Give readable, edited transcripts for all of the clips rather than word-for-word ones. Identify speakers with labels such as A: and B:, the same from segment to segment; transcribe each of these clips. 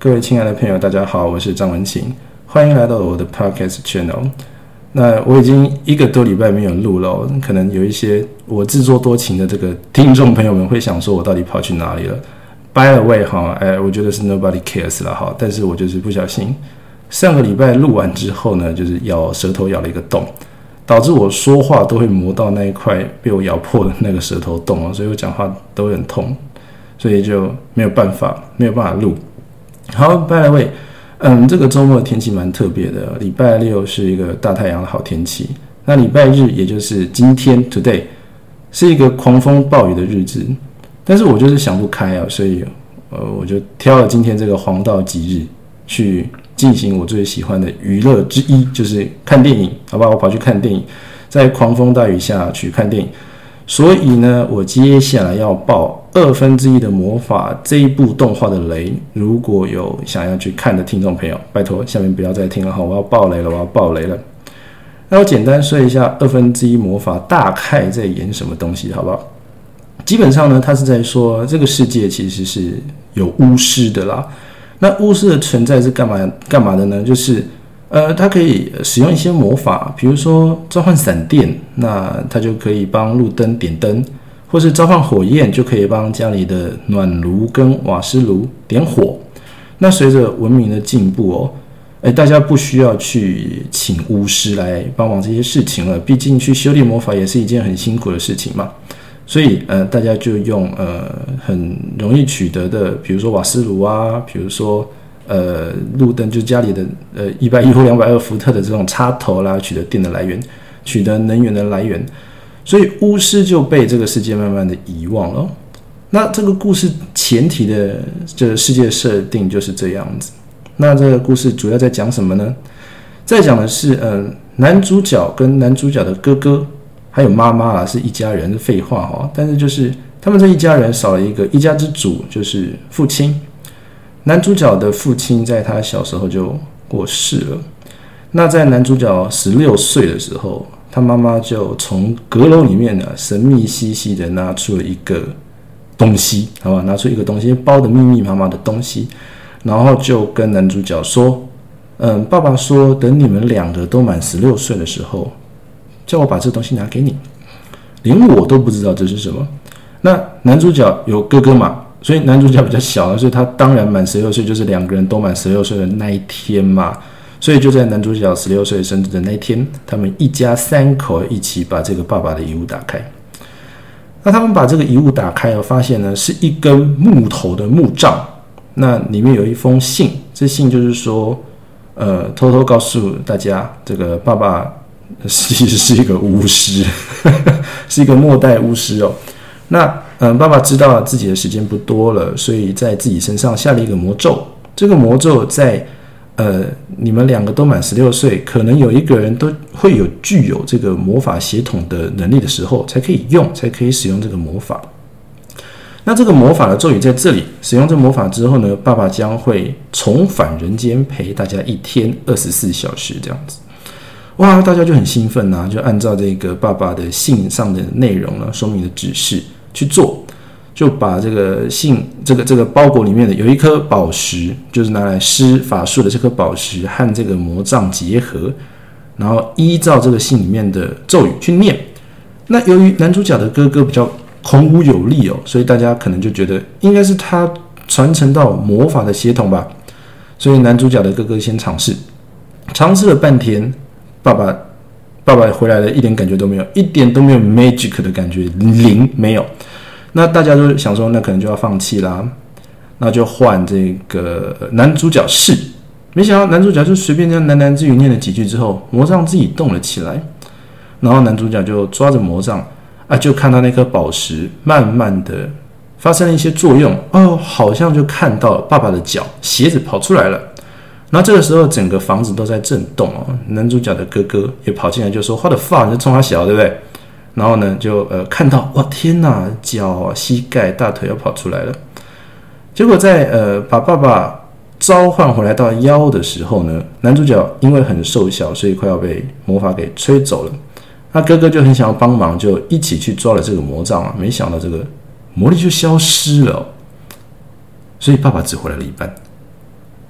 A: 各位亲爱的朋友，大家好，我是张文琴，欢迎来到我的 Podcast Channel。那我已经1个多礼拜没有录了，可能有一些我自作多情的这个听众朋友们会想说我到底跑去哪里了。By the way 我觉得是 nobody cares 啦但是我就是不小心上个礼拜录完之后呢，就是舌头咬了一个洞，导致我说话都会磨到那一块被我咬破的那个舌头洞所以我讲话都很痛，所以就没有办法录。好 ，by the way， 这个周末的天气蛮特别的，礼拜六是一个大太阳的好天气，那礼拜日也就是今天 today 是一个狂风暴雨的日子，但是我就是想不开所以我就挑了今天这个黄道吉日去进行我最喜欢的娱乐之一，就是看电影，好不好？我跑去看电影，在狂风大雨下去看电影。所以呢，我接下来要爆1/2的魔法这一部动画的雷。如果有想要去看的听众朋友，拜托下面不要再听了我要爆雷了。那我简单说一下1/2魔法大概在演什么东西，好不好？基本上呢，他是在说这个世界其实是有巫师的啦。那巫师的存在是干嘛的呢？就是它可以使用一些魔法，比如说召唤闪电，那它就可以帮路灯点灯，或是召唤火焰，就可以帮家里的暖炉跟瓦斯炉点火。那随着文明的进步大家不需要去请巫师来帮忙这些事情了，毕竟去修炼魔法也是一件很辛苦的事情嘛。所以大家就用很容易取得的，比如说瓦斯炉啊，比如说路灯，就是家里的110或220伏特的这种插头啦，取得电的来源，取得能源的来源。所以巫师就被这个世界慢慢的遗忘了。那这个故事前提的这个世界设定就是这样子。那这个故事主要在讲什么呢？在讲的是男主角跟男主角的哥哥还有妈妈啦，是一家人，是废话但是就是他们这一家人少了一家之主，就是父亲。男主角的父亲在他小时候就过世了。那在男主角16岁的时候，他妈妈就从阁楼里面神秘兮兮的拿出了一个东西，好吧，拿出一个东西包的密密麻麻的东西，然后就跟男主角说，爸爸说等你们2个都满16岁的时候，叫我把这东西拿给你。连我都不知道这是什么。那男主角有哥哥嘛，所以男主角比较小，所以他当然满16岁，就是2个人都满16岁的那一天嘛。所以就在男主角16岁生日的那一天，他们一家3口一起把这个爸爸的遗物打开。那他们把这个遗物打开发现呢是一根木头的木杖，那里面有一封信，这信就是说偷偷告诉大家，这个爸爸其实是一个巫师是一个末代巫师那爸爸知道自己的时间不多了，所以在自己身上下了一个魔咒。这个魔咒在你们2个都满16岁，可能有一个人都会具有这个魔法血统的能力的时候才可以用，才可以使用这个魔法。那这个魔法的咒语在这里，使用这魔法之后呢，爸爸将会重返人间，陪大家1天24小时这样子。哇，大家就很兴奋就按照这个爸爸的信上的内容呢，说明的指示去做，就把这个信这个包裹里面的有一颗宝石，就是拿来施法术的这颗宝石和这个魔杖结合，然后依照这个信里面的咒语去念。那由于男主角的哥哥比较孔武有力所以大家可能就觉得应该是他传承到魔法的血统吧。所以男主角的哥哥先尝试了半天，爸爸回来了，一点感觉都没有，一点都没有 magic 的感觉，零，没有。那大家都想说，那可能就要放弃啦，那就换这个男主角试。没想到男主角就随便这样喃喃自语念了几句之后，魔杖自己动了起来，然后男主角就抓着魔杖就看到那颗宝石慢慢的发生了一些作用好像就看到爸爸的脚，鞋子跑出来了。然后这个时候整个房子都在震动男主角的哥哥也跑进来就说 What the fuck， 你就冲他小对不对？然后呢就看到哇天哪，脚膝盖大腿要跑出来了。结果在把爸爸召唤回来到腰的时候呢，男主角因为很瘦小，所以快要被魔法给吹走了。那哥哥就很想要帮忙，就一起去抓了这个魔杖没想到这个魔力就消失了所以爸爸只回来了一半。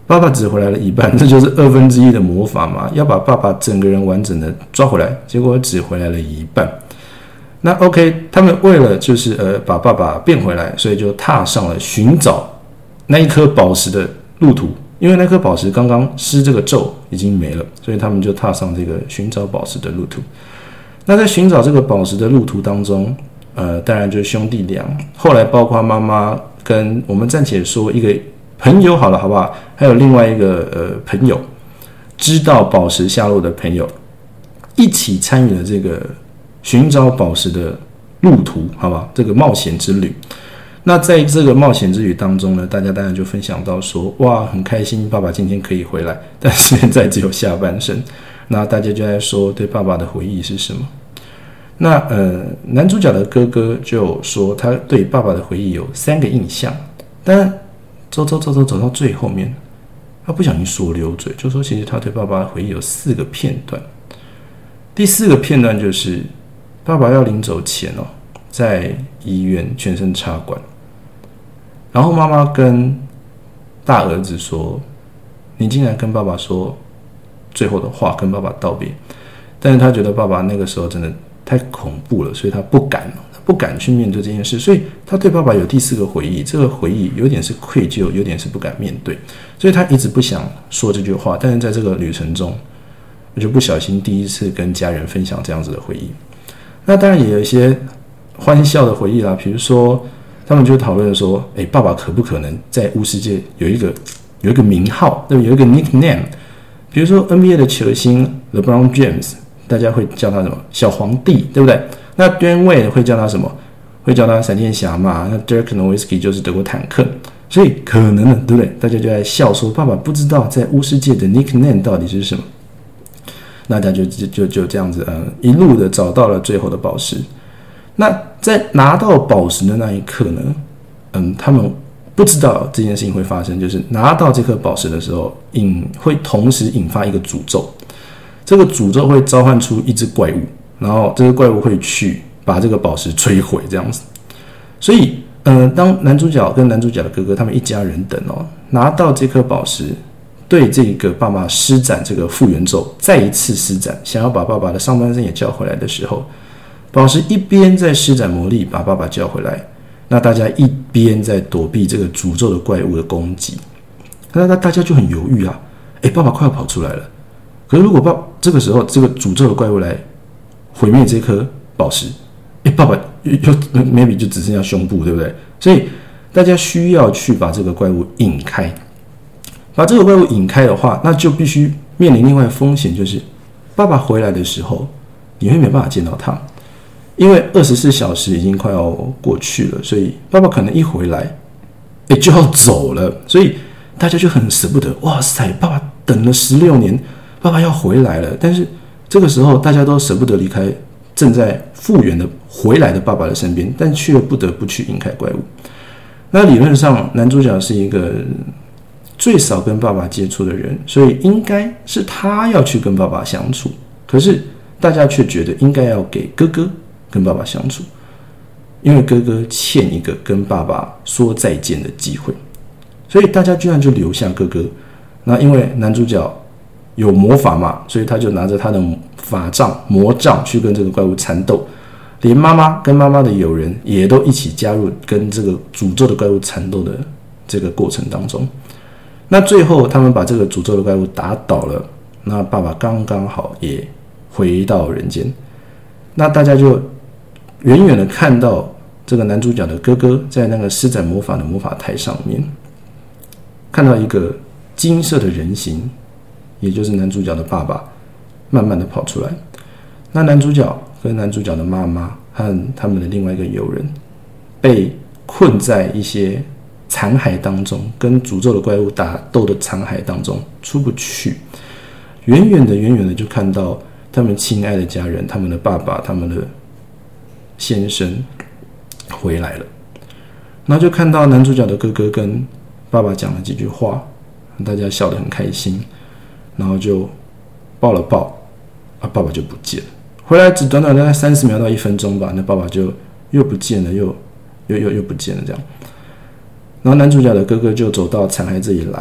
A: 爸爸只回来了一半，这就是1/2的魔法嘛，要把爸爸整个人完整的抓回来，结果只回来了一半。那 OK， 他们为了就是把爸爸变回来，所以就踏上了寻找那一颗宝石的路途。因为那颗宝石刚刚施这个咒已经没了，所以他们就踏上这个寻找宝石的路途。那在寻找这个宝石的路途当中，当然就是兄弟俩，后来包括妈妈跟我们暂且说一个朋友好了，好不好？还有另外一个朋友，知道宝石下落的朋友，一起参与了这个寻找宝石的路途，好不好？这个冒险之旅。那在这个冒险之旅当中呢，大家当然就分享到说，哇，很开心，爸爸今天可以回来，但现在只有下半身。那大家就在说，对爸爸的回忆是什么？那男主角的哥哥就说，他对爸爸的回忆有3个印象，但走到最后面，他不小心说溜嘴，就说其实他对爸爸的回忆有4个片段。第4个片段就是爸爸要临走前在医院全身插管。然后妈妈跟大儿子说：“你竟然跟爸爸说最后的话，跟爸爸道别。”但是他觉得爸爸那个时候真的太恐怖了，所以他不敢去面对这件事。所以他对爸爸有第4个回忆，这个回忆有点是愧疚，有点是不敢面对，所以他一直不想说这句话。但是在这个旅程中，我就不小心第一次跟家人分享这样子的回忆。那当然也有一些欢笑的回忆啦，比如说他们就讨论说，爸爸可不可能在巫师界有一个名号，对不对？有一个 nickname， 比如说 NBA 的球星 LeBron James， 大家会叫他什么小皇帝，对不对？那 Dwayne Wade 会叫他什么？会叫他闪电侠嘛？那 Dirk Nowitzki 就是德国坦克，所以可能呢，对不对？大家就在笑说，爸爸不知道在巫师界的 nickname 到底是什么。那大家就这样子，一路的找到了最后的宝石。那在拿到宝石的那一刻呢，他们不知道这件事情会发生，就是拿到这颗宝石的时候，会同时引发一个诅咒，这个诅咒会召唤出一只怪物，然后这个怪物会去把这个宝石摧毁，这样子。所以，当男主角跟男主角的哥哥他们一家人等拿到这颗宝石，对这个爸爸施展这个复原咒，再一次施展，想要把爸爸的上半身也叫回来的时候，宝石一边在施展魔力把爸爸叫回来，那大家一边在躲避这个诅咒的怪物的攻击。那大家就很犹豫啊，爸爸快要跑出来了，可是如果这个时候这个诅咒的怪物来毁灭这颗宝石，爸爸又 maybe 就只剩下胸部，对不对？所以大家需要去把这个怪物引开。把这个怪物引开的话，那就必须面临另外的风险，就是爸爸回来的时候，你会没办法见到他。因为24小时已经快要过去了，所以爸爸可能一回来，就要走了，所以大家就很舍不得。哇塞，爸爸等了16年，爸爸要回来了，但是这个时候大家都舍不得离开正在复原的回来的爸爸的身边，但却不得不去引开怪物。那理论上，男主角是一个最少跟爸爸接触的人，所以应该是他要去跟爸爸相处，可是大家却觉得应该要给哥哥跟爸爸相处，因为哥哥欠一个跟爸爸说再见的机会，所以大家居然就留下哥哥。那因为男主角有魔法嘛，所以他就拿着他的法杖魔杖去跟这个怪物缠斗，连妈妈跟妈妈的友人也都一起加入跟这个诅咒的怪物缠斗的这个过程当中。那最后他们把这个诅咒的怪物打倒了，那爸爸刚刚好也回到人间。那大家就远远的看到这个男主角的哥哥在那个施展魔法的魔法台上面，看到一个金色的人形，也就是男主角的爸爸慢慢的跑出来。那男主角跟男主角的妈妈和他们的另外一个友人被困在一些残骸当中，跟诅咒的怪物打斗的残骸当中出不去。远远的就看到他们亲爱的家人，他们的爸爸，他们的先生回来了。然后就看到男主角的哥哥跟爸爸讲了几句话，大家笑得很开心，然后就抱了抱，爸爸就不见了。回来只短短大概30秒到1分钟吧，那爸爸就又不见了，又不见了这样。然后男主角的哥哥就走到残骸这里来，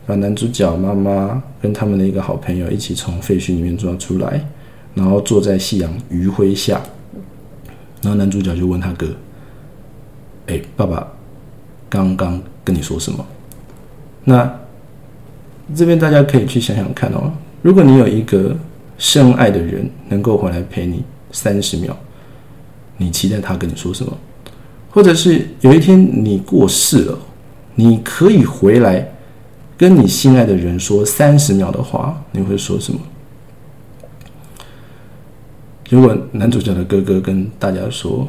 A: 把男主角妈妈跟他们的一个好朋友一起从废墟里面抓出来，然后坐在夕阳余晖下，然后男主角就问他哥：“爸爸刚刚跟你说什么？”那这边大家可以去想想看哦，如果你有一个深爱的人能够回来陪你30秒，你期待他跟你说什么？或者是有一天你过世了，你可以回来跟你心爱的人说30秒的话，你会说什么？如果男主角的哥哥跟大家说，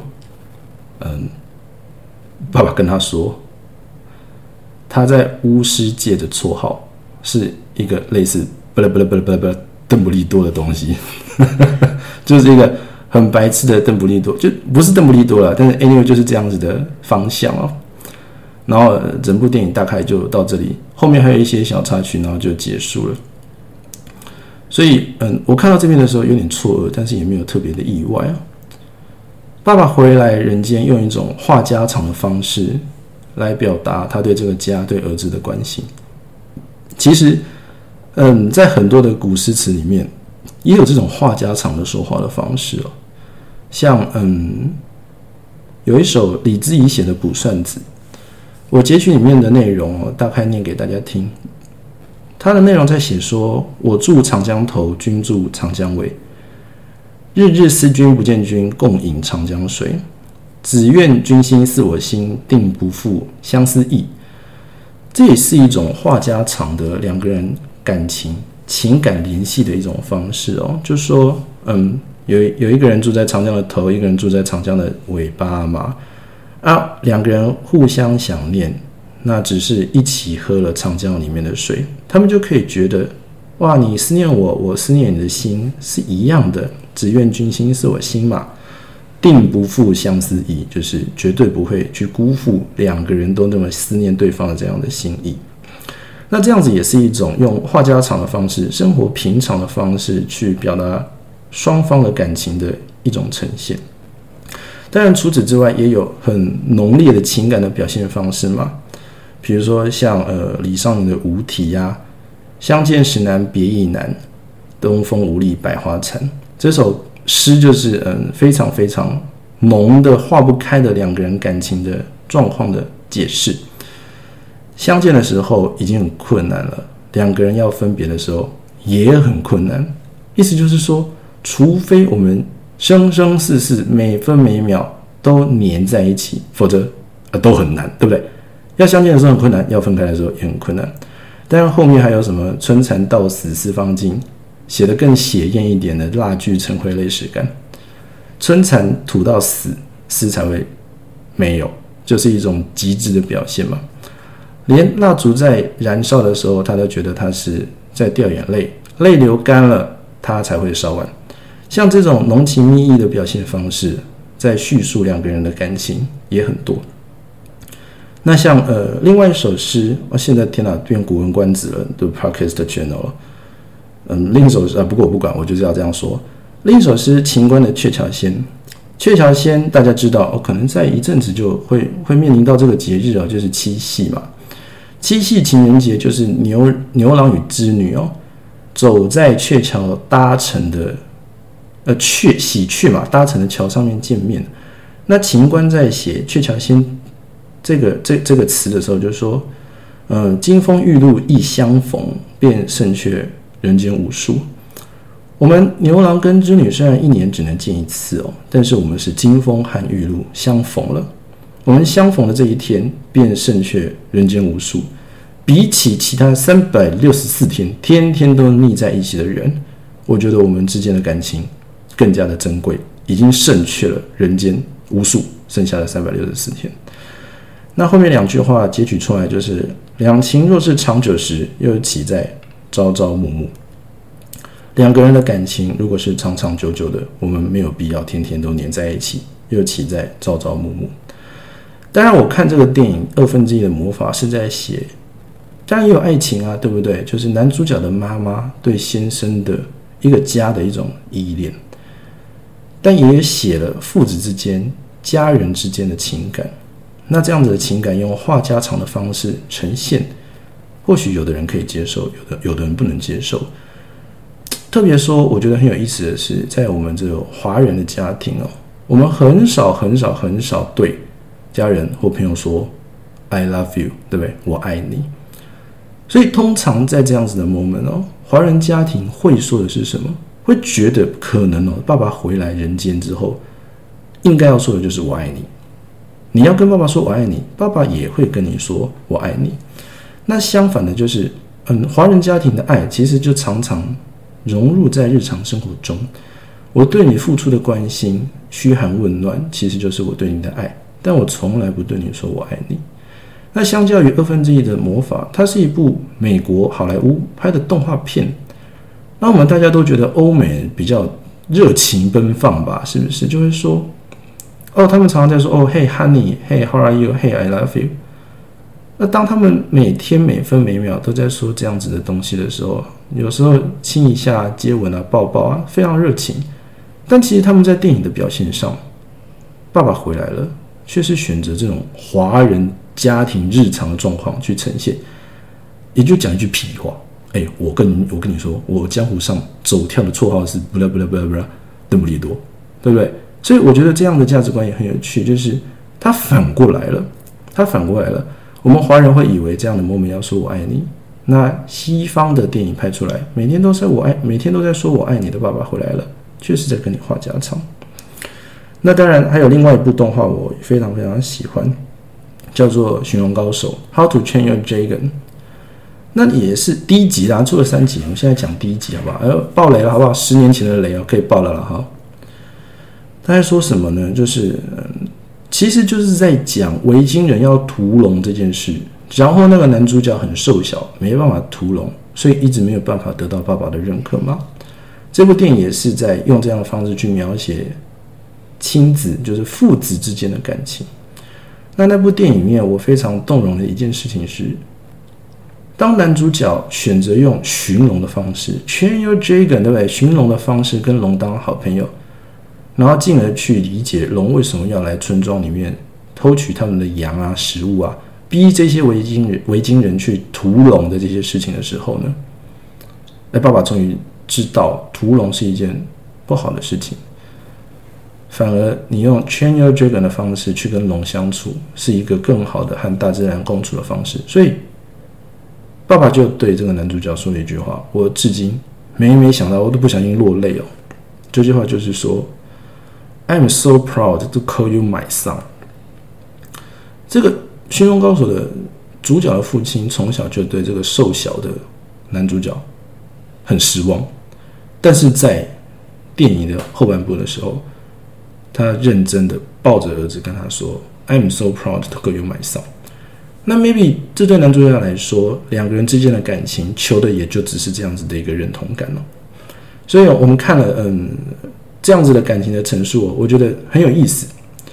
A: 爸爸跟他说，他在巫师界的绰号是一个类似邓布利多的东西，就是一个很白痴的邓布利多，就不是邓布利多了，但是 anyway 就是这样子的方向哦。然后整部电影大概就到这里，后面还有一些小插曲，然后就结束了。所以我看到这边的时候有点错愕，但是也没有特别的意外啊。爸爸回来人间，用一种话家常的方式来表达他对这个家、对儿子的关心。其实在很多的古诗词里面也有这种话家常的说话的方式哦。像有一首李之仪写的《卜算子》，我截取里面的内容大概念给大家听。他的内容在写说：“我住长江头，君住长江尾。日日思君不见君，共饮长江水。只愿君心似我心，定不负相思意。”这也是一种话家常的两个人情感联系的一种方式哦。就是说，有一个人住在长江的头，一个人住在长江的尾巴嘛。两个人互相想念，那只是一起喝了长江里面的水，他们就可以觉得，哇，你思念我，我思念你的心是一样的，只愿君心似我心嘛，定不负相思意，就是绝对不会去辜负两个人都那么思念对方的这样的心意。那这样子也是一种用话家常的方式，生活平常的方式去表达双方的感情的一种呈现。当然除此之外也有很浓烈的情感的表现方式嘛，比如说像李商隐的《无题》啊，相见时难别亦难，东风无力百花残。这首诗就是非常非常浓的化不开的两个人感情的状况的解释。相见的时候已经很困难了，两个人要分别的时候也很困难。意思就是说，除非我们生生世世每分每秒都黏在一起，否则都很难，对不对？要相见的时候很困难，要分开的时候也很困难。当然后面还有什么春蚕到死丝方尽，写得更血艳一点的蜡炬成灰泪始干。春蚕吐到死，丝才会没有，就是一种极致的表现嘛。连蜡烛在燃烧的时候，他都觉得他是在掉眼泪，泪流干了，他才会烧完。像这种浓情蜜意的表现方式，在叙述两个人的感情也很多。那像另外一首诗，现在天哪，变古文观止了，都 podcast channel 了。另一首诗不过我不管，我就是要这样说。另一首诗，秦观的《鹊桥仙》。鹊桥仙大家知道可能在一阵子就会面临到这个节日就是七夕嘛。七夕情人节就是牛郎与织女走在鹊桥搭成的喜鹊嘛，搭成的桥上面见面。那秦观在写《鹊桥仙》这个词的时候就说，金风玉露一相逢，便胜却人间无数。我们牛郎跟织女虽然一年只能见一次但是我们是金风和玉露相逢了。我们相逢的这一天，便胜却人间无数。比起其他364天，天天都腻在一起的人，我觉得我们之间的感情更加的珍贵，已经胜却了人间无数剩下的364天。那后面两句话截取出来就是：两情若是长久时，又岂在朝朝暮暮。两个人的感情如果是长长久久的，我们没有必要天天都黏在一起，又岂在朝朝暮暮。当然我看这个电影1/2的魔法是在写，当然也有爱情啊，对不对？就是男主角的妈妈对先生的一个家的一种依恋，但也写了父子之间、家人之间的情感。那这样子的情感用话家常的方式呈现， 或许有的人可以接受，有的人不能接受。特别说，我觉得很有意思的是，在我们这个华人的家庭哦，我们很少对家人或朋友说 "I love you"， 对不对？我爱你。所以通常在这样子的 moment 哦，华人家庭会说的是什么？会觉得可能哦，爸爸回来人间之后，应该要说的就是我爱你。你要跟爸爸说我爱你，爸爸也会跟你说我爱你。那相反的就是，华人家庭的爱其实就常常融入在日常生活中。我对你付出的关心、嘘寒问暖，其实就是我对你的爱，但我从来不对你说我爱你。那相较于1/2的魔法，它是一部美国好莱坞拍的动画片。那我们大家都觉得欧美比较热情奔放吧，是不是？就会说，他们常常在说，Hey honey, Hey how are you, Hey I love you。那当他们每天每分每秒都在说这样子的东西的时候，有时候亲一下、接吻啊、抱抱啊，非常热情。但其实他们在电影的表现上，爸爸回来了，却是选择这种华人家庭日常的状况去呈现，也就讲一句屁话。我跟你说，我江湖上走跳的绰号是不啦不啦不啦不啦邓布利多，对不对？所以我觉得这样的价值观也很有趣，就是他反过来了。我们华人会以为这样的 moment 要说我爱你，那西方的电影拍出来，每天都在说我爱你的爸爸回来了，确实在跟你话家常。那当然还有另外一部动画我非常非常喜欢，叫做《驯龙高手》How to Train Your Dragon。那也是第1集啦，出了3集，我们现在讲第1集好不好？爆雷了好不好？10年前的雷可以爆了哈。他在说什么呢？就是其实就是在讲维京人要屠龙这件事，然后那个男主角很瘦小，没办法屠龙，所以一直没有办法得到爸爸的认可嘛。这部电影也是在用这样的方式去描写亲子，就是父子之间的感情。那部电影里面我非常动容的一件事情是，当男主角选择用驯龙的方式 train your dragon， 对不对？驯龙的方式跟龙当好朋友，然后进而去理解龙为什么要来村庄里面偷取他们的羊啊、食物啊，逼这些维京人去屠龙的这些事情的时候呢，爸爸终于知道屠龙是一件不好的事情，反而你用 train your dragon 的方式去跟龙相处，是一个更好的和大自然共处的方式。所以爸爸就对这个男主角说了一句话，我至今每想到我都不小心落泪哦。这句话就是说 I'm so proud to call you my son。 这个驯龙高手的主角的父亲从小就对这个瘦小的男主角很失望，但是在电影的后半部的时候，他认真的抱着儿子跟他说 I'm so proud to call you my son。那 maybe 这对男主角来说，两个人之间的感情求的也就只是这样子的一个认同感。所以我们看了这样子的感情的陈述，我觉得很有意思。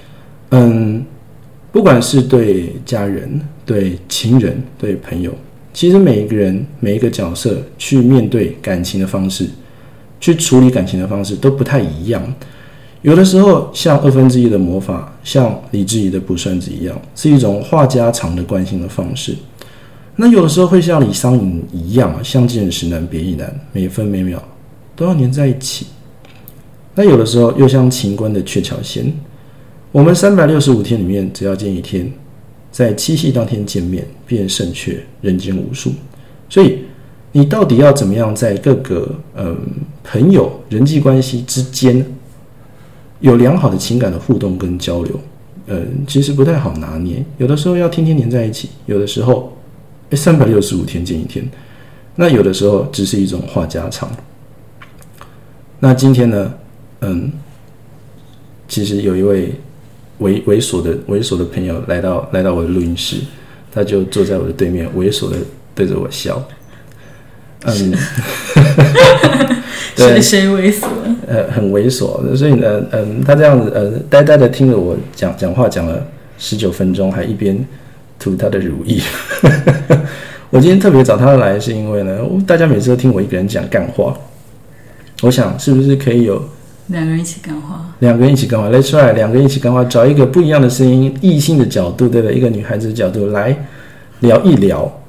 A: 不管是对家人、对情人、对朋友，其实每一个人每一个角色去面对感情的方式，去处理感情的方式都不太一样。有的时候像1/2的魔法，像李智怡的卜算子一样，是一种话家常的关心的方式。那有的时候会像李商隐一样，相见时难别亦难，每分每秒都要黏在一起。那有的时候又像秦观的鹊桥仙，我们365天里面只要见一天，在七夕当天见面便胜却人间无数。所以你到底要怎么样在各个朋友人际关系之间有良好的情感的互动跟交流，其实不太好拿捏。有的时候要天天黏在一起，有的时候365天见一天，那有的时候只是一种话家常。那今天呢，其实有一位猥琐的朋友来到我的录音室，他就坐在我的对面，猥琐的对着我笑。
B: 谁猥琐？
A: 很猥琐，所以呢，他这样子呆呆的听着我讲话，讲了19分钟，还一边涂他的乳液。我今天特别找他来，是因为呢，大家每次都听我一个人讲干话，我想是不是可以有
B: 两个人一起干话
A: ？Let's try， 两个人一起干话，找一个不一样的声音，异性的角度，对不对？一个女孩子的角度来聊一聊。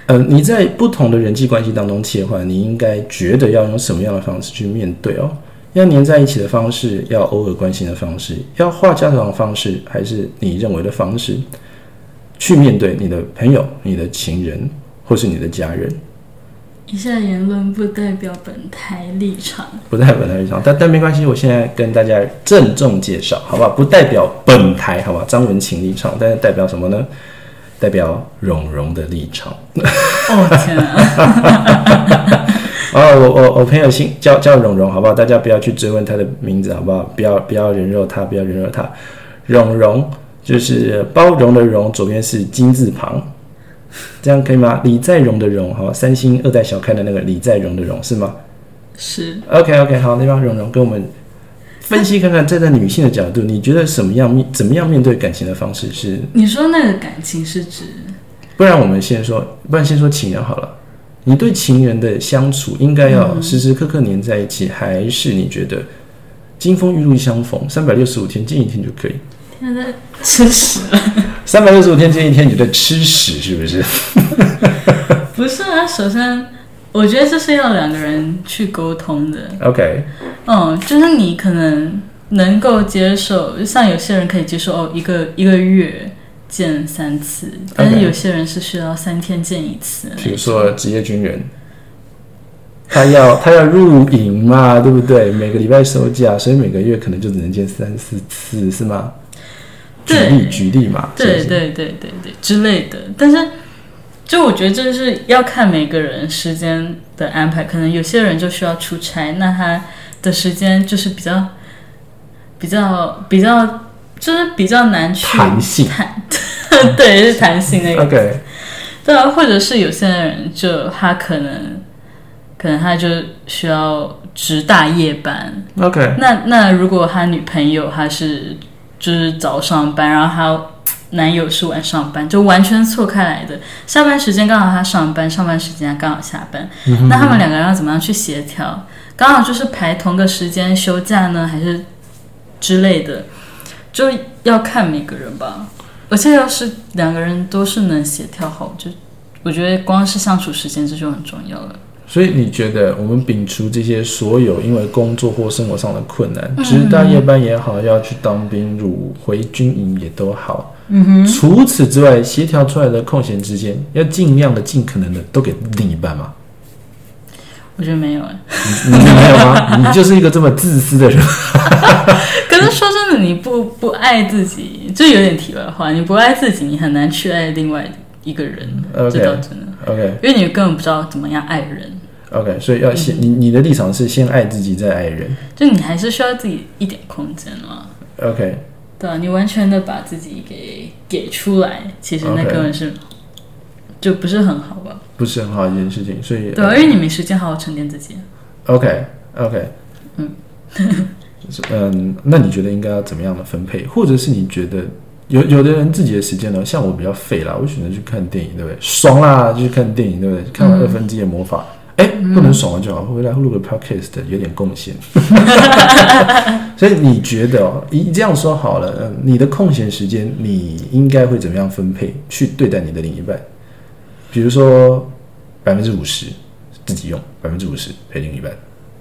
A: 你在不同的人际关系当中切换，你应该觉得要用什么样的方式去面对哦？要黏在一起的方式，要偶尔关心的方式，要话家常的方式，还是你认为的方式去面对你的朋友、你的情人或是你的家人？
B: 以下言论不代表本台立场，
A: 不代表本台立场，但没关系，我现在跟大家郑重介绍，好不好？不代表本台，好不好？张文琴立场，但是代表什么呢？代表蓉蓉的立场。
B: 哦天啊！
A: 我朋友叫蓉蓉，好不好？大家不要去追问她的名字，好不好？不要人肉她，不要人肉她。蓉蓉就是包容的容，左边是金字旁。这样可以吗？李在镕的镕，好，三星二代小开的那个李在镕的镕是吗？
B: 是。
A: OK， 好，那让蓉蓉跟我们分析看看，站在女性的角度，你觉得怎么样面对感情的方式是？
B: 你说那个感情是指？
A: 不然先说情人好了。你对情人的相处应该要时时刻刻黏在一起，还是你觉得金风玉露一相逢，365天见一天就可以？
B: 现在吃屎了。
A: 365天见一天，你在吃屎是不是？
B: 不是啊，首先我觉得这是要两个人去沟通的。
A: OK，
B: 就是你可能能够接受，像有些人可以接受一个月见3次，但是有些人是需要3天见1次。
A: 比如说职业军人，他要入营嘛，对不对？每个礼拜收假，所以每个月可能就只能见3-4次，是吗？举例嘛，
B: 对之类的。但是就我觉得这是要看每个人时间的安排，可能有些人就需要出差，那他的时间就是比较就是比较难去
A: 弹性，
B: 对，是弹性那个。
A: OK，
B: 对啊，或者是有些人就他可能他就需要值大夜班。
A: OK，
B: 那如果他女朋友他是就是早上班，然后他男友是晚上班，就完全错开来的。下班时间刚好他上班，上班时间他刚好下班，那他们两个人要怎么样去协调？刚好就是排同个时间休假呢，还是之类的？就要看每个人吧。而且要是两个人都是能协调好，就我觉得光是相处时间这就很重要了。
A: 所以你觉得我们摒除这些所有因为工作或生活上的困难，值大夜班也好，要去当兵入回军营也都好，除此之外，协调出来的空闲之间，要尽量的、尽可能的都给另一半吗？
B: 我觉得没有
A: 你没有吗？你就是一个这么自私的人。
B: 可是说真的，你不爱自己，就有点题外话。你不爱自己，你很难去爱另外一个人。这倒真的。OK， 因为你根本不知道怎么样爱人。
A: OK， 所以要先，你的立场是先爱自己，再爱人。
B: 就你还是需要自己一点空间嘛。
A: OK，
B: 对啊，你完全的把自己给出来，其实那根本是就不是很好吧？
A: 不是很好的一件事情，所以
B: 对啊，因为你没时间好好沉淀自己。
A: OK， 那你觉得应该要怎么样的分配，或者是你觉得有的人自己的时间呢？像我比较废啦，我选择去看电影，对不对？爽啦，就去看电影，对不对？看完1/2的魔法，不能爽了就好，回来录个 podcast 有点贡献。所以你觉得这样说好了，你的空闲时间你应该会怎么样分配去对待你的另一半？比如说50%自己用，50%陪另一半。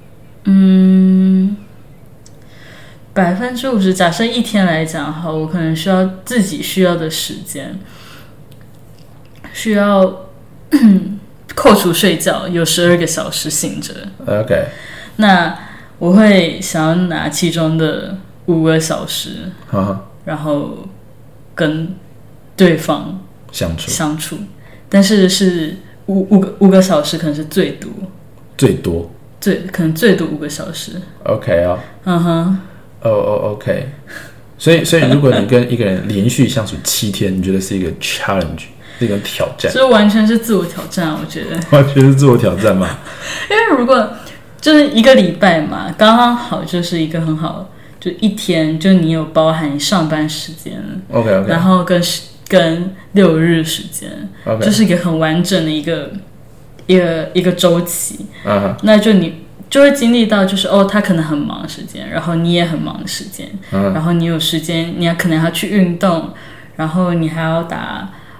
B: 50%，假设一天来讲哈，我可能自己需要的时间，需要扣除睡觉，有12个小时醒着。
A: OK，
B: 那我会想要拿其中的5个小时，然后跟对方相处，但是5个小时可能是最多，可能最多5个小时。
A: OK 啊，OK。所以如果你跟一个人连续相处7天，你觉得是一个 challenge， 是一个挑战？
B: 这完全是自我挑战，我觉得。
A: 完全是自我挑战嘛？
B: 因为如果就是1个礼拜嘛，刚刚好就是一个很好，就1天，就你有包含你上班时间
A: ，OK，
B: 然后跟6日时间，就是一个很完整的一个周期。那就你就会经历到，就是他可能很忙的时间，然后你也很忙的时间，然后你有时间，你可能要去运动，然后你还要打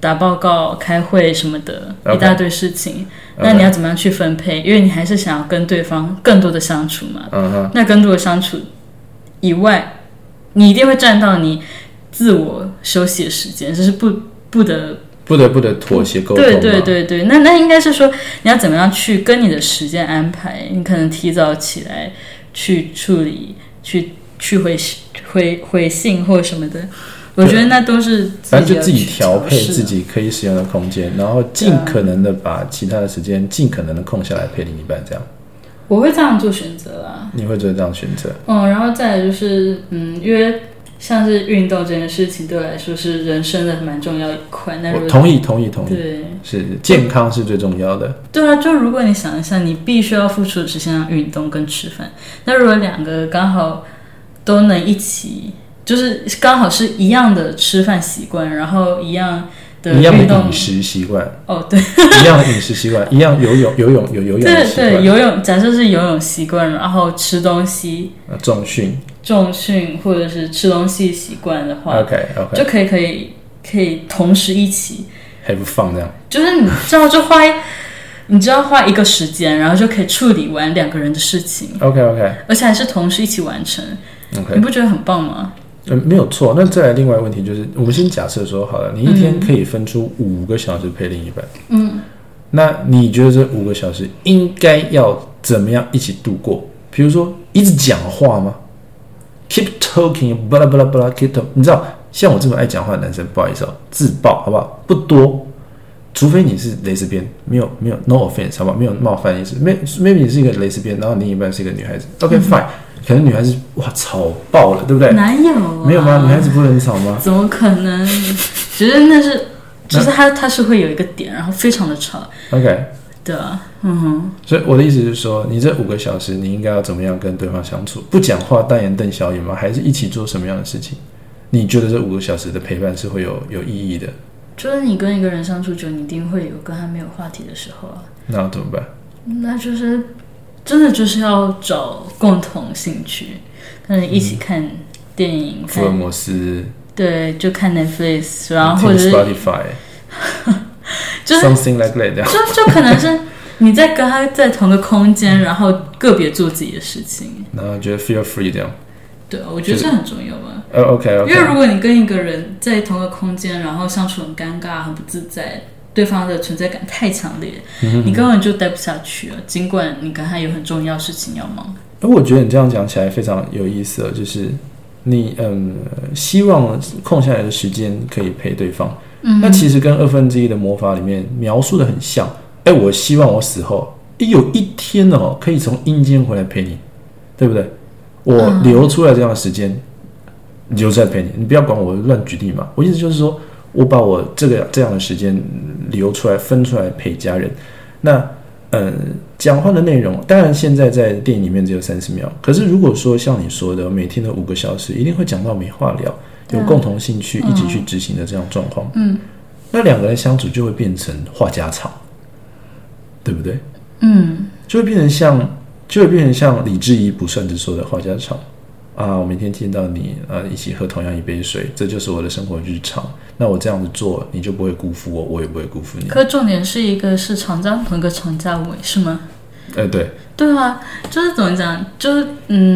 B: 打报告、开会什么的，
A: Okay.
B: 一大堆事情。那你要怎么样去分配？因为你还是想要跟对方更多的相处嘛。那更多的相处以外，你一定会占到你自我休息的时间，这是不得妥协沟通。对，那应该是说你要怎么样去跟你的时间安排？你可能提早起来去处理，去回信或者什么的。我觉得那都是
A: 反正就自己调配自己可以使用的空间，然后尽可能的把其他的时间尽可能的空下来陪另一半，这样。
B: 我会这样做选择啦。
A: 你会做这样选择？
B: 然后再来就是，因为像是运动这件事情对我来说是人生的蛮重要一块。那
A: 我同意。
B: 对，
A: 是健康是最重要的。
B: 对啊，就如果你想一下，你必须要付出的是像运动跟吃饭，那如果两个刚好都能一起。就是刚好是一样的吃饭习惯，然后一样的运动
A: 饮食习惯。
B: 对，
A: 一样的饮食习惯，一样游泳的习惯。
B: 对，游泳，假设是游泳习惯，然后吃东西，
A: 重训
B: 或者是吃东西习惯的话
A: ，OK，
B: 就可以同时一起
A: have fun 这样。
B: 就是你知道花一个时间，然后就可以处理完两个人的事情。
A: OK，
B: 而且还是同时一起完成。
A: OK，
B: 你不觉得很棒吗？
A: 没有错。那再来另外一个问题就是，我们先假设说好了，你一天可以分出5个小时陪另一半。那你觉得这5个小时应该要怎么样一起度过？比如说一直讲话吗 ？Keep talking， 巴拉巴拉巴拉 ，keep talk。你知道，像我这么爱讲话的男生，不好意思自爆好不好？不多，除非你是蕾丝边，没有 ，no offense， 好不好？没有冒犯意思。maybe 你是一个蕾丝边，然后另一半是一个女孩子 ，OK fine。可能女孩子吵爆了，对不对？
B: 哪有啊？
A: 没有吗？女孩子不能吵吗？
B: 怎么可能？觉得那是，就是它是会有一个点，然后非常的吵。
A: OK，
B: 对啊，
A: 所以我的意思是说，你这5个小时，你应该要怎么样跟对方相处？不讲话，大眼瞪小眼吗？还是一起做什么样的事情？你觉得这5个小时的陪伴是会有意义的？
B: 就是你跟一个人相处久，你一定会有跟他没有话题的时候啊。
A: 那怎么办？
B: 那就是真的就是要找共同兴趣，可能一起看电影，
A: 福尔摩斯，
B: 对，就看 Netflix， 然后或者是
A: Spotify， 就是 something like that，
B: 就可能是你在跟他在同个空间，然后个别做自己的事情，
A: 然后觉得 feel free 这样。
B: 对，我觉得这很重要吧。
A: OK，
B: 因为如果你跟一个人在同个空间，然后相处很尴尬、很不自在，对方的存在感太强烈，你根本就待不下去了。尽管你跟他有很重要的事情要忙。
A: 我觉得你这样讲起来非常有意思，就是你希望空下来的时间可以陪对方。那其实跟1/2的魔法里面描述的很像。我希望我死后有一天可以从阴间回来陪你，对不对？我留出来这样的时间留在陪你，你不要管我乱举例嘛。我意思就是说，我把我这样的时间留出来分出来陪家人。那讲话的内容当然现在在电影里面只有30秒，可是如果说像你说的每天的5个小时，一定会讲到没话聊，有共同兴趣一起去执行的这样状况。那2个人相处就会变成话家常，对不对？就会变成像李智怡不算只说的话家常啊。我每天见到你一起喝同样一杯水，这就是我的生活日常。那我这样子做，你就不会辜负我，我也不会辜负你。
B: 可重点是一个是同一个长假尾，是吗？
A: 对。
B: 对啊，就是怎么讲，就是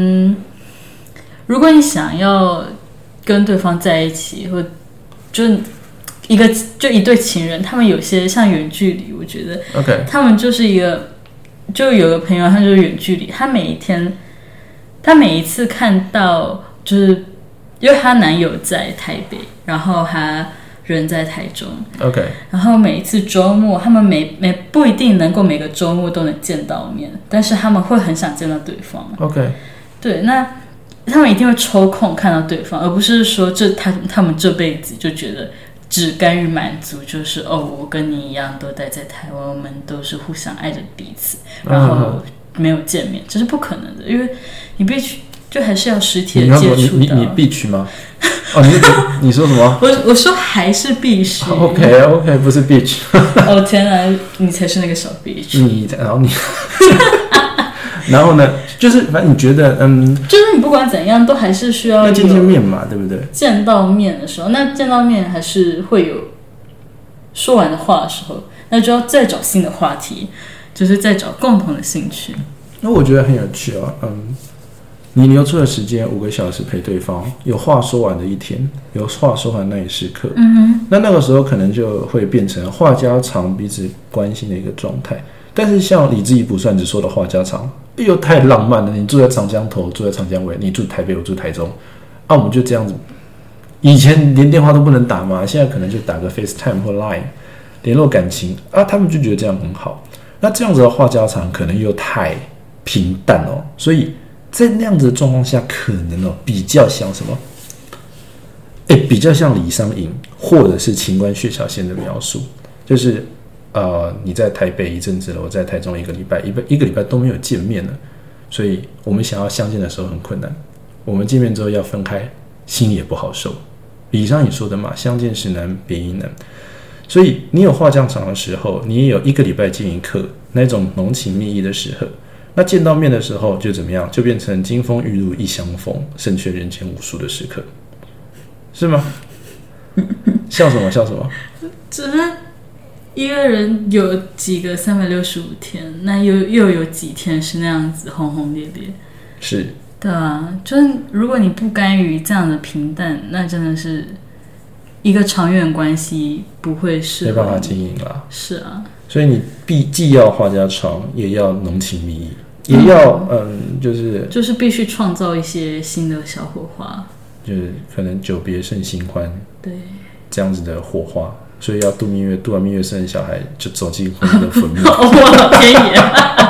B: 如果你想要跟对方在一起，或就一对情人，他们有些像远距离，我觉得
A: OK，
B: 他们就是一个，就有个朋友，他就是远距离，他每一次看到，就是因为她男友在台北，然后她人在台中
A: OK，
B: 然后每一次周末，他们不一定能够每个周末都能见到面，但是他们会很想见到对方
A: OK，
B: 对，那他们一定会抽空看到对方，而不是说他们这辈子就觉得只甘于满足，就是我跟你一样都待在台湾，我们都是互相爱着彼此，然后没有见面，这是不可能的，因为你必须就还是要实体的接触到。
A: 你必须吗？你说什么？
B: 我说还是必须。
A: OK， 不是 bitch。
B: 天哪，你才是那个小 bitch。
A: 然后呢？就是反正你觉得
B: 就是你不管怎样都还是需要
A: 见面嘛，对不对？
B: 见到面的时候，那见到面还是会有说完的话的时候，那就要再找新的话题，就是再找共同的兴趣。
A: 那我觉得很有趣哦，你留出了时间5个小时陪对方，有话说完的一天，有话说完那一时刻，那个时候可能就会变成话家常、彼此关心的一个状态。但是像李志怡卜算子说的话家常，又太浪漫了。你住在长江头，住在长江尾，你住台北，我住台中，我们就这样子。以前连电话都不能打嘛，现在可能就打个 FaceTime 或 Line 联络感情他们就觉得这样很好。那这样子的话家常可能又太平淡哦，所以在那样子的状况下，可能比较像什么？比较像李商隐或者是秦观血桥线的描述，就是你在台北一阵子了，我在台中一个礼拜都没有见面了，所以我们想要相见的时候很困难，我们见面之后要分开，心里也不好受。李商隐说的嘛，相见时难，别亦难。所以你有话家常的时候，你也有1个礼拜见一刻那种浓情蜜意的时候。那见到面的时候就怎么样？就变成金风玉露一相逢，胜却人间无数的时刻，是吗？笑什么？笑什么？
B: 只是一个人有几个365天，那又有几天是那样子轰轰烈烈？
A: 是，
B: 对啊，就是如果你不甘于这样的平淡，那真的是一个长远关系不会是
A: 没办法经营啦。
B: 是啊，
A: 所以你既要话家常，也要浓情蜜意，也要
B: 就是必须创造一些新的小火花，
A: 就是可能久别胜新欢，
B: 对，
A: 这样子的火花。所以要度蜜月，度完蜜月生小孩，就走进婚姻的坟墓。
B: 我老天爷！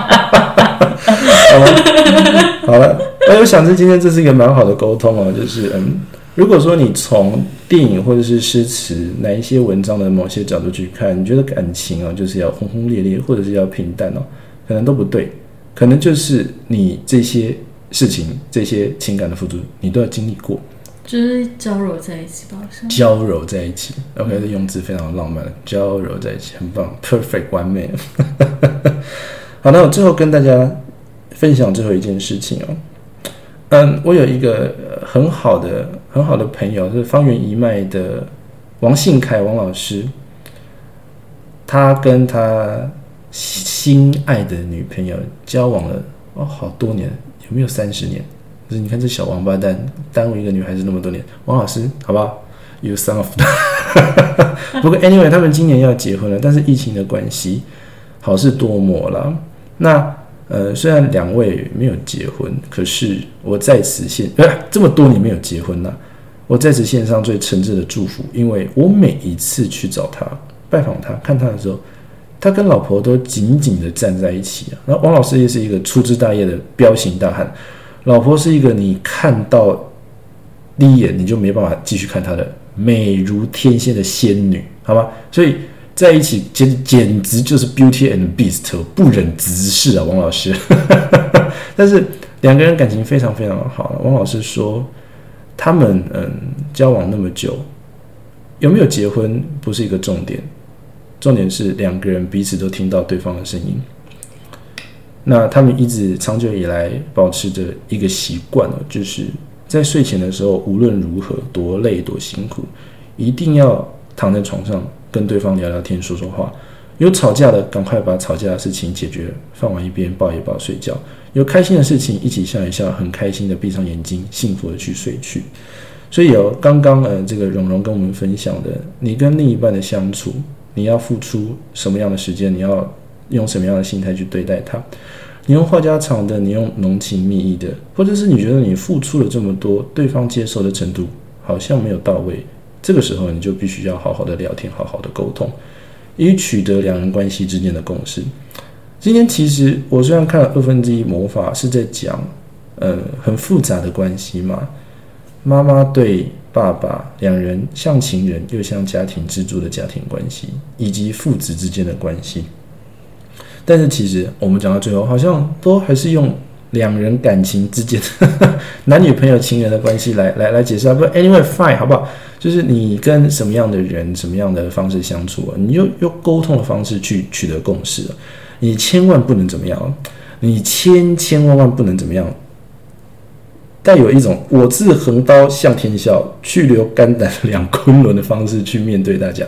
A: 好了，我想着今天这是一个蛮好的沟通哦，就是如果说你从电影或者是诗词哪一些文章的某些角度去看，你觉得感情就是要轰轰烈烈，或者是要平淡可能都不对，可能就是你这些事情、这些情感的付出，你都要经历过。
B: 就是交揉在一起吧，
A: 交揉在一起 ，OK， 这用字非常浪漫，交揉在一起，很棒 ，perfect， 完美。好，那我最后跟大家分享最后一件事情我有一个很好的朋友，是方圆一脉的王信凯王老师，他跟他心爱的女朋友交往了好多年，有没有30年？可是你看这小王八蛋耽误一个女孩子那么多年，王老师好不好 ？You son of 不过 anyway， 他们今年要结婚了，但是疫情的关系，好事多磨啦。那虽然2位没有结婚，可是我在此这么多年没有结婚啦，我在此献上最诚挚的祝福，因为我每一次去找他、拜访他、看他的时候，他跟老婆都紧紧的站在一起那王老师也是一个粗枝大叶的彪形大汉。老婆是一个你看到第一眼你就没办法继续看她的美如天仙的仙女，好吗？所以在一起简直就是 Beauty and Beast， 不忍直视啊，王老师。但是2个人感情非常非常好。王老师说，他们交往那么久，有没有结婚不是一个重点，重点是2个人彼此都听到对方的声音。那他们一直长久以来保持着一个习惯就是在睡前的时候，无论如何多累多辛苦，一定要躺在床上跟对方聊聊天说说话。有吵架的赶快把吵架的事情解决，放完一边抱一抱睡觉。有开心的事情一起笑一笑，很开心的闭上眼睛，幸福的去睡去。所以刚刚这个蓉蓉跟我们分享的，你跟另一半的相处，你要付出什么样的时间，你要用什么样的心态去对待他？你用话家常的，你用浓情蜜意的，或者是你觉得你付出了这么多，对方接受的程度好像没有到位，这个时候你就必须要好好的聊天，好好的沟通，以取得2人关系之间的共识。今天其实我虽然看了1/2魔法，是在讲很复杂的关系嘛，妈妈对爸爸2人像情人又像家庭支柱的家庭关系，以及父子之间的关系。但是其实我们讲到最后，好像都还是用2人感情之间男女朋友情人的关系来解释。不 anyway fine 好不好？就是你跟什么样的人什么样的方式相处，你就用沟通的方式去取得共识。你千万不能怎么样，你千万不能怎么样，带有一种我自横刀向天笑，去留肝胆两昆仑的方式去面对大家。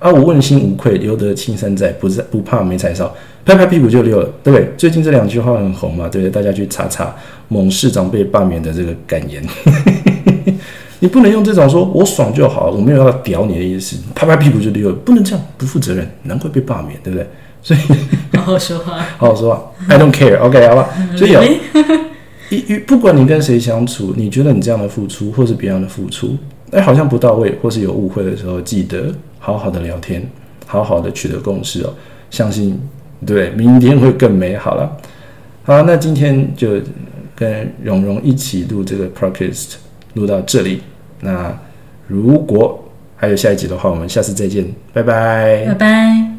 A: 啊，我问心无愧，留得青山在，不怕没柴烧，拍拍屁股就溜了，对不对？最近这2句话很红嘛，对不对？大家去查查某市长被罢免的这个感言。你不能用这种说我爽就好，我没有要屌你的意思，拍拍屁股就溜了，不能这样，不负责任，难怪被罢免，对不对？所以
B: 好好说话，
A: 好好说话 ，I don't care，OK， 好吧？所以不管你跟谁相处，你觉得你这样的付出，或是别人的付出，好像不到位，或是有误会的时候，记得好好的聊天，好好的取得共识哦，相信对，明天会更美好了。好，那今天就跟蓉蓉一起录这个 podcast， 录到这里。那如果还有下一集的话，我们下次再见，拜拜，
B: 拜拜。